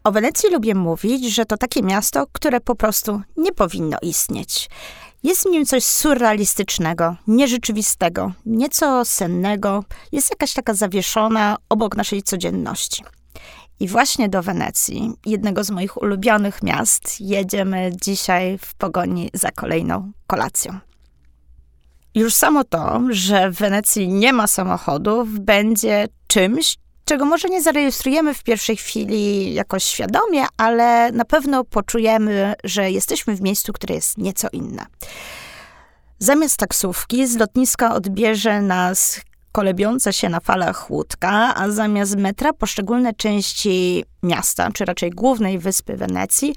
O Wenecji lubię mówić, że to takie miasto, które po prostu nie powinno istnieć. Jest w nim coś surrealistycznego, nierzeczywistego, nieco sennego. Jest jakaś taka zawieszona obok naszej codzienności. I właśnie do Wenecji, jednego z moich ulubionych miast, jedziemy dzisiaj w pogoni za kolejną kolacją. Już samo to, że w Wenecji nie ma samochodów, będzie czymś, czego może nie zarejestrujemy w pierwszej chwili jakoś świadomie, ale na pewno poczujemy, że jesteśmy w miejscu, które jest nieco inne. Zamiast taksówki z lotniska odbierze nas kolebiąca się na falach łódka, a zamiast metra poszczególne części miasta, czy raczej głównej wyspy Wenecji,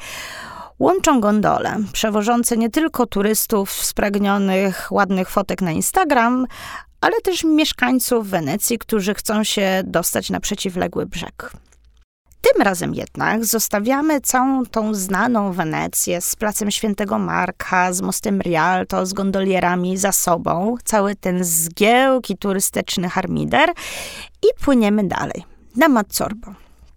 łączą gondole, przewożące nie tylko turystów spragnionych ładnych fotek na Instagram, ale też mieszkańców Wenecji, którzy chcą się dostać na przeciwległy brzeg. Tym razem jednak zostawiamy całą tą znaną Wenecję z Placem Świętego Marka, z Mostem Rialto, z gondolierami za sobą, cały ten zgiełk i turystyczny harmider i płyniemy dalej, na Mazzorbo.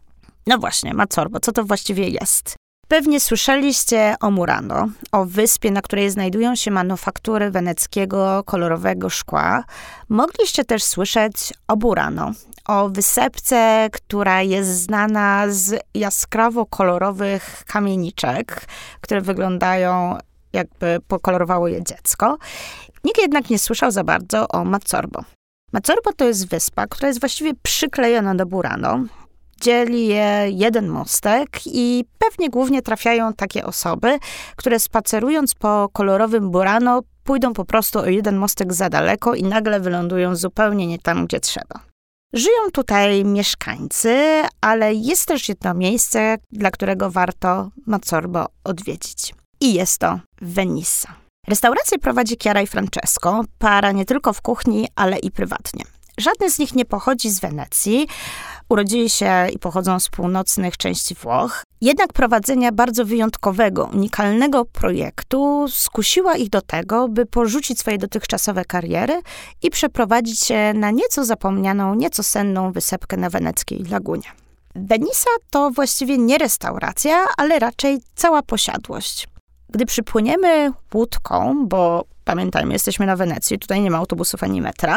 No właśnie, Mazzorbo, co to właściwie jest? Pewnie słyszeliście o Murano, o wyspie, na której znajdują się manufaktury weneckiego kolorowego szkła. Mogliście też słyszeć o Burano, o wysepce, która jest znana z jaskrawo kolorowych kamieniczek, które wyglądają jakby pokolorowało je dziecko. Nikt jednak nie słyszał za bardzo o Mazzorbo. Mazzorbo to jest wyspa, która jest właściwie przyklejona do Burano. Dzieli je jeden mostek i pewnie głównie trafiają takie osoby, które spacerując po kolorowym Burano pójdą po prostu o jeden mostek za daleko i nagle wylądują zupełnie nie tam, gdzie trzeba. Żyją tutaj mieszkańcy, ale jest też jedno miejsce, dla którego warto Mazzorbo odwiedzić. I jest to Venissa. Restaurację prowadzi Chiara i Francesco, para nie tylko w kuchni, ale i prywatnie. Żadny z nich nie pochodzi z Wenecji, urodzili się i pochodzą z północnych części Włoch. Jednak prowadzenia bardzo wyjątkowego, unikalnego projektu skusiła ich do tego, by porzucić swoje dotychczasowe kariery i przeprowadzić się na nieco zapomnianą, nieco senną wysepkę na weneckiej lagunie. Venissa to właściwie nie restauracja, ale raczej cała posiadłość. Gdy przypłyniemy łódką, bo pamiętajmy, jesteśmy na Wenecji, tutaj nie ma autobusów ani metra,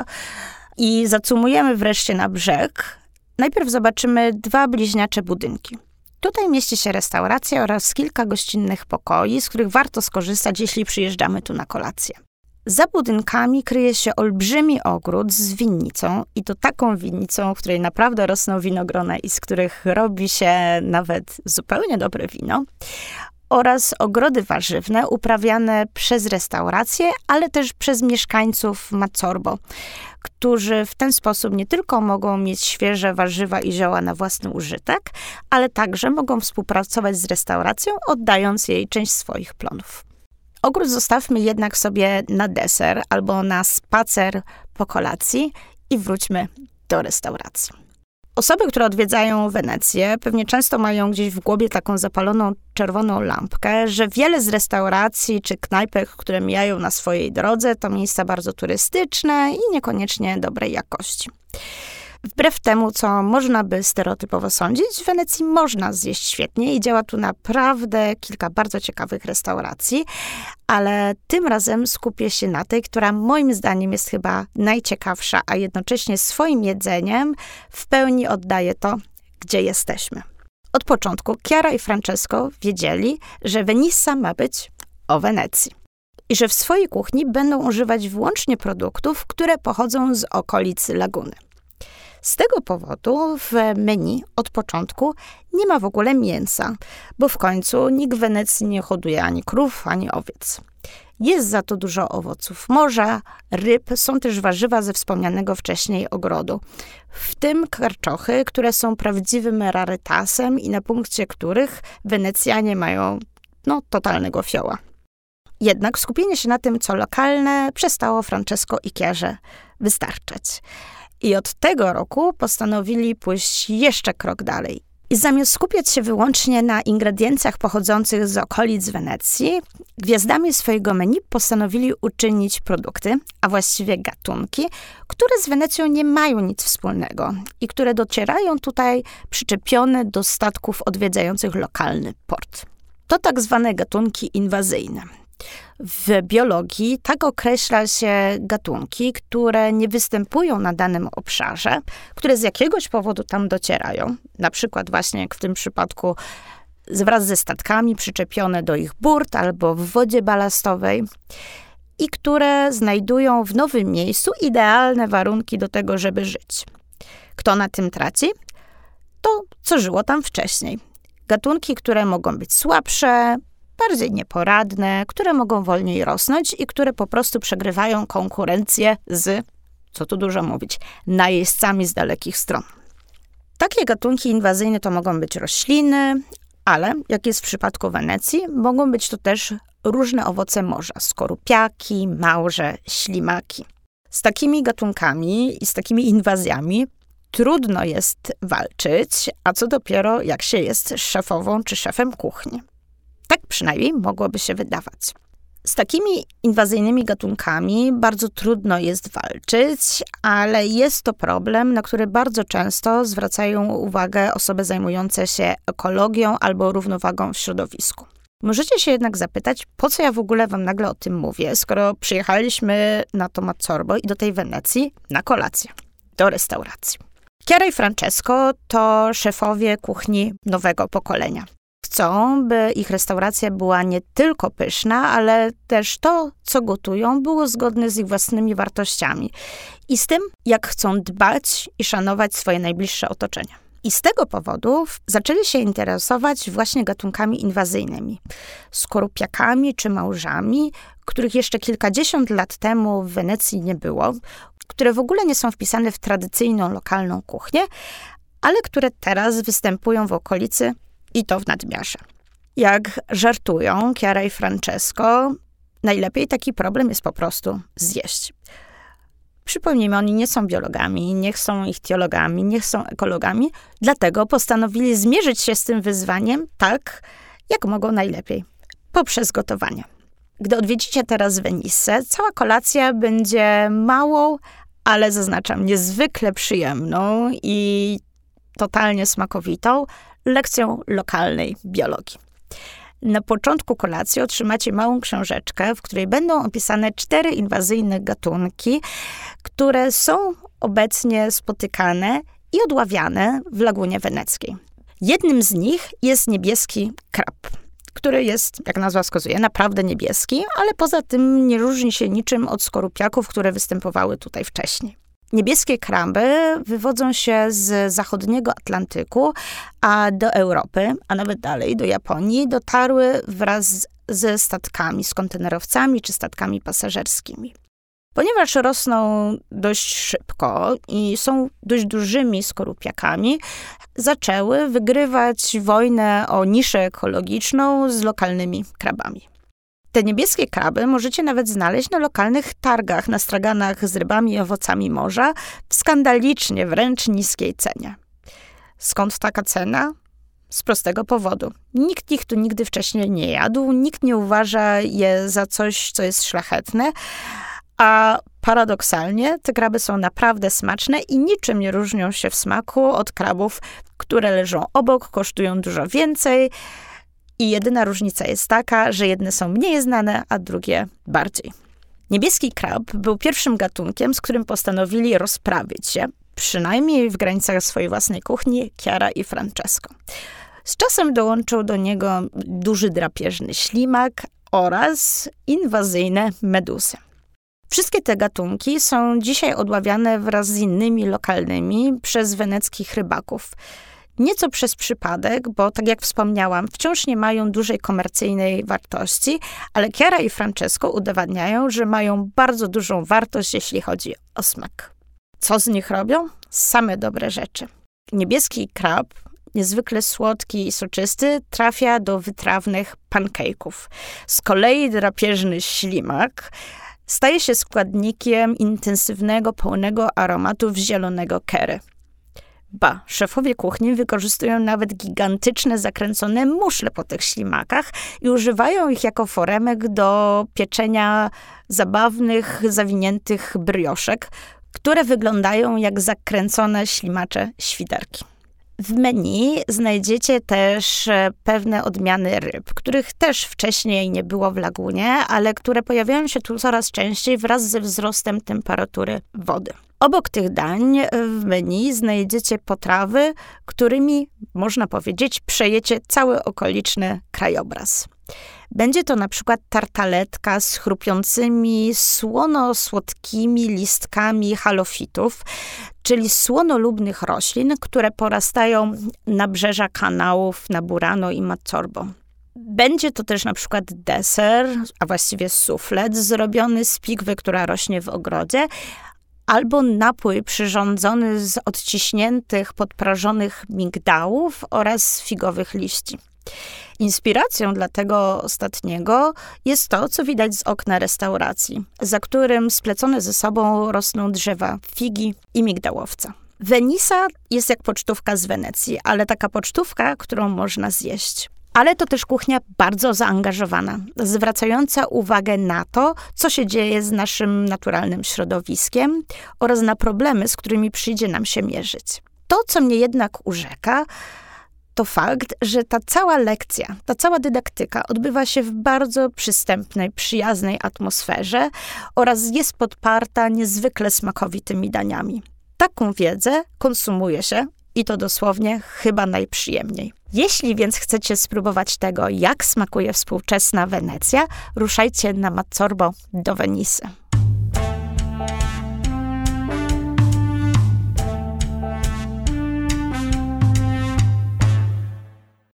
i zacumujemy wreszcie na brzeg, najpierw zobaczymy dwa bliźniacze budynki. Tutaj mieści się restauracja oraz kilka gościnnych pokoi, z których warto skorzystać, jeśli przyjeżdżamy tu na kolację. Za budynkami kryje się olbrzymi ogród z winnicą i to taką winnicą, w której naprawdę rosną winogrona i z których robi się nawet zupełnie dobre wino, oraz ogrody warzywne uprawiane przez restaurację, ale też przez mieszkańców Mazzorbo, którzy w ten sposób nie tylko mogą mieć świeże warzywa i zioła na własny użytek, ale także mogą współpracować z restauracją, oddając jej część swoich plonów. Ogród zostawmy jednak sobie na deser albo na spacer po kolacji i wróćmy do restauracji. Osoby, które odwiedzają Wenecję, pewnie często mają gdzieś w głowie taką zapaloną czerwoną lampkę, że wiele z restauracji czy knajpek, które mijają na swojej drodze, to miejsca bardzo turystyczne i niekoniecznie dobrej jakości. Wbrew temu, co można by stereotypowo sądzić, w Wenecji można zjeść świetnie i działa tu naprawdę kilka bardzo ciekawych restauracji, ale tym razem skupię się na tej, która moim zdaniem jest chyba najciekawsza, a jednocześnie swoim jedzeniem w pełni oddaje to, gdzie jesteśmy. Od początku Chiara i Francesco wiedzieli, że Venissa ma być o Wenecji i że w swojej kuchni będą używać wyłącznie produktów, które pochodzą z okolic laguny. Z tego powodu w menu od początku nie ma w ogóle mięsa, bo w końcu nikt w Wenecji nie hoduje ani krów, ani owiec. Jest za to dużo owoców morza, ryb, są też warzywa ze wspomnianego wcześniej ogrodu. W tym karczochy, które są prawdziwym rarytasem i na punkcie których Wenecjanie mają totalnego fioła. Jednak skupienie się na tym, co lokalne, przestało Francesco i Chiarze wystarczać. I od tego roku postanowili pójść jeszcze krok dalej I zamiast skupiać się wyłącznie na ingrediencjach pochodzących z okolic Wenecji, gwiazdami swojego menu postanowili uczynić produkty, a właściwie gatunki, które z Wenecją nie mają nic wspólnego i które docierają tutaj przyczepione do statków odwiedzających lokalny port. To tak zwane gatunki inwazyjne. W biologii tak określa się gatunki, które nie występują na danym obszarze, które z jakiegoś powodu tam docierają, na przykład właśnie jak w tym przypadku wraz ze statkami przyczepione do ich burt albo w wodzie balastowej i które znajdują w nowym miejscu idealne warunki do tego, żeby żyć. Kto na tym traci? To, co żyło tam wcześniej. Gatunki, które mogą być słabsze, bardziej nieporadne, które mogą wolniej rosnąć i które po prostu przegrywają konkurencję z, co tu dużo mówić, najeźdźcami z dalekich stron. Takie gatunki inwazyjne to mogą być rośliny, ale, jak jest w przypadku Wenecji, mogą być to też różne owoce morza, skorupiaki, małże, ślimaki. Z takimi gatunkami i z takimi inwazjami trudno jest walczyć, a co dopiero jak się jest szefową czy szefem kuchni. Tak przynajmniej mogłoby się wydawać. Z takimi inwazyjnymi gatunkami bardzo trudno jest walczyć, ale jest to problem, na który bardzo często zwracają uwagę osoby zajmujące się ekologią albo równowagą w środowisku. Możecie się jednak zapytać, po co ja w ogóle wam nagle o tym mówię, skoro przyjechaliśmy na to Mazzorbo i do tej Wenecji na kolację, do restauracji. Chiara i Francesco to szefowie kuchni nowego pokolenia. Chcą, by ich restauracja była nie tylko pyszna, ale też to, co gotują, było zgodne z ich własnymi wartościami i z tym, jak chcą dbać i szanować swoje najbliższe otoczenie. I z tego powodu zaczęli się interesować właśnie gatunkami inwazyjnymi, skorupiakami czy małżami, których jeszcze kilkadziesiąt lat temu w Wenecji nie było, które w ogóle nie są wpisane w tradycyjną lokalną kuchnię, ale które teraz występują w okolicy i to w nadmiarze. Jak żartują Chiara i Francesco, najlepiej taki problem jest po prostu zjeść. Przypomnijmy, oni nie są biologami, nie są ichtiologami, nie są ekologami, dlatego postanowili zmierzyć się z tym wyzwaniem tak, jak mogą najlepiej, poprzez gotowanie. Gdy odwiedzicie teraz Venice, cała kolacja będzie małą, ale zaznaczam, niezwykle przyjemną i totalnie smakowitą lekcją lokalnej biologii. Na początku kolacji otrzymacie małą książeczkę, w której będą opisane 4 inwazyjne gatunki, które są obecnie spotykane i odławiane w Lagunie Weneckiej. Jednym z nich jest niebieski krab, który jest, jak nazwa wskazuje, naprawdę niebieski, ale poza tym nie różni się niczym od skorupiaków, które występowały tutaj wcześniej. Niebieskie kraby wywodzą się z zachodniego Atlantyku, a do Europy, a nawet dalej do Japonii, dotarły wraz ze statkami, z kontenerowcami czy statkami pasażerskimi. Ponieważ rosną dość szybko i są dość dużymi skorupiakami, zaczęły wygrywać wojnę o niszę ekologiczną z lokalnymi krabami. Te niebieskie kraby możecie nawet znaleźć na lokalnych targach, na straganach z rybami i owocami morza w skandalicznie wręcz niskiej cenie. Skąd taka cena? Z prostego powodu. Nikt ich tu nigdy wcześniej nie jadł, nikt nie uważa je za coś, co jest szlachetne, a paradoksalnie te kraby są naprawdę smaczne i niczym nie różnią się w smaku od krabów, które leżą obok, kosztują dużo więcej i jedyna różnica jest taka, że jedne są mniej znane, a drugie bardziej. Niebieski krab był pierwszym gatunkiem, z którym postanowili rozprawić się, przynajmniej w granicach swojej własnej kuchni, Chiara i Francesco. Z czasem dołączył do niego duży drapieżny ślimak oraz inwazyjne meduzy. Wszystkie te gatunki są dzisiaj odławiane wraz z innymi lokalnymi przez weneckich rybaków. Nieco przez przypadek, bo tak jak wspomniałam, wciąż nie mają dużej komercyjnej wartości, ale Chiara i Francesco udowadniają, że mają bardzo dużą wartość, jeśli chodzi o smak. Co z nich robią? Same dobre rzeczy. Niebieski krab, niezwykle słodki i soczysty, trafia do wytrawnych pancake'ów. Z kolei drapieżny ślimak staje się składnikiem intensywnego, pełnego aromatów zielonego curry. Ba, szefowie kuchni wykorzystują nawet gigantyczne, zakręcone muszle po tych ślimakach i używają ich jako foremek do pieczenia zabawnych, zawiniętych brioszek, które wyglądają jak zakręcone ślimacze świderki. W menu znajdziecie też pewne odmiany ryb, których też wcześniej nie było w lagunie, ale które pojawiają się tu coraz częściej wraz ze wzrostem temperatury wody. Obok tych dań w menu znajdziecie potrawy, którymi, można powiedzieć, przejecie cały okoliczny krajobraz. Będzie to na przykład tartaletka z chrupiącymi, słono-słodkimi listkami halofitów, czyli słonolubnych roślin, które porastają na brzeżach kanałów na Burano i Mazzorbo. Będzie to też na przykład deser, a właściwie suflet zrobiony z pigwy, która rośnie w ogrodzie, albo napój przyrządzony z odciśniętych, podprażonych migdałów oraz figowych liści. Inspiracją dla tego ostatniego jest to, co widać z okna restauracji, za którym splecone ze sobą rosną drzewa figi i migdałowca. Venisa jest jak pocztówka z Wenecji, ale taka pocztówka, którą można zjeść. Ale to też kuchnia bardzo zaangażowana, zwracająca uwagę na to, co się dzieje z naszym naturalnym środowiskiem oraz na problemy, z którymi przyjdzie nam się mierzyć. To, co mnie jednak urzeka, to fakt, że ta cała lekcja, ta cała dydaktyka odbywa się w bardzo przystępnej, przyjaznej atmosferze oraz jest podparta niezwykle smakowitymi daniami. Taką wiedzę konsumuje się, i to dosłownie, chyba najprzyjemniej. Jeśli więc chcecie spróbować tego, jak smakuje współczesna Wenecja, ruszajcie na Mazzorbo do Wenisy.